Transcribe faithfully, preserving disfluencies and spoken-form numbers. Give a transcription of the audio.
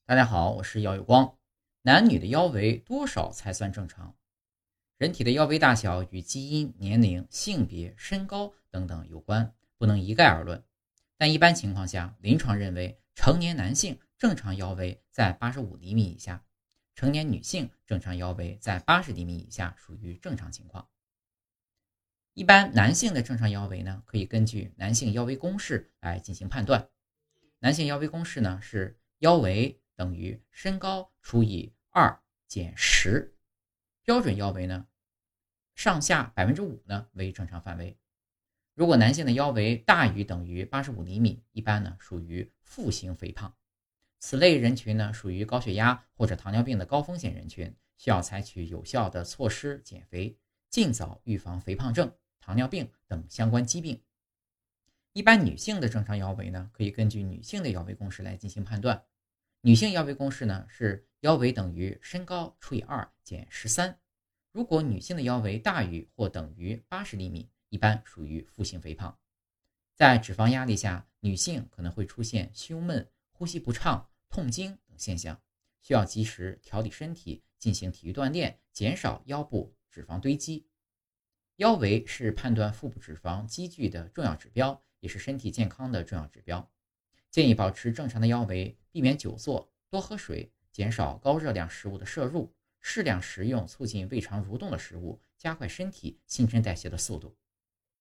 大家好，我是姚有光。男女的腰围多少才算正常？人体的腰围大小与基因、年龄、性别、身高等等有关，不能一概而论。但一般情况下，临床认为成年男性正常腰围在八十五厘米以下，成年女性正常腰围在八十厘米以下，属于正常情况。一般男性的正常腰围呢，可以根据男性腰围公式来进行判断。男性腰围公式呢是腰围等于身高除以二减十，标准腰围呢上下百分之五呢为正常范围。如果男性的腰围大于等于八十五厘米，一般呢属于腹型肥胖。此类人群呢属于高血压或者糖尿病的高风险人群，需要采取有效的措施减肥，尽早预防肥胖症、糖尿病等相关疾病。一般女性的正常腰围呢，可以根据女性的腰围公式来进行判断。女性腰围公式呢是腰围等于身高除以二减十三。如果女性的腰围大于或等于八十厘米，一般属于腹型肥胖。在脂肪压力下，女性可能会出现胸闷、呼吸不畅、痛经等现象，需要及时调理身体，进行体育锻炼，减少腰部脂肪堆积。腰围是判断腹部脂肪积聚的重要指标，也是身体健康的重要指标。建议保持正常的腰围，避免久坐，多喝水，减少高热量食物的摄入，适量食用促进胃肠蠕动的食物，加快身体新陈代谢的速度。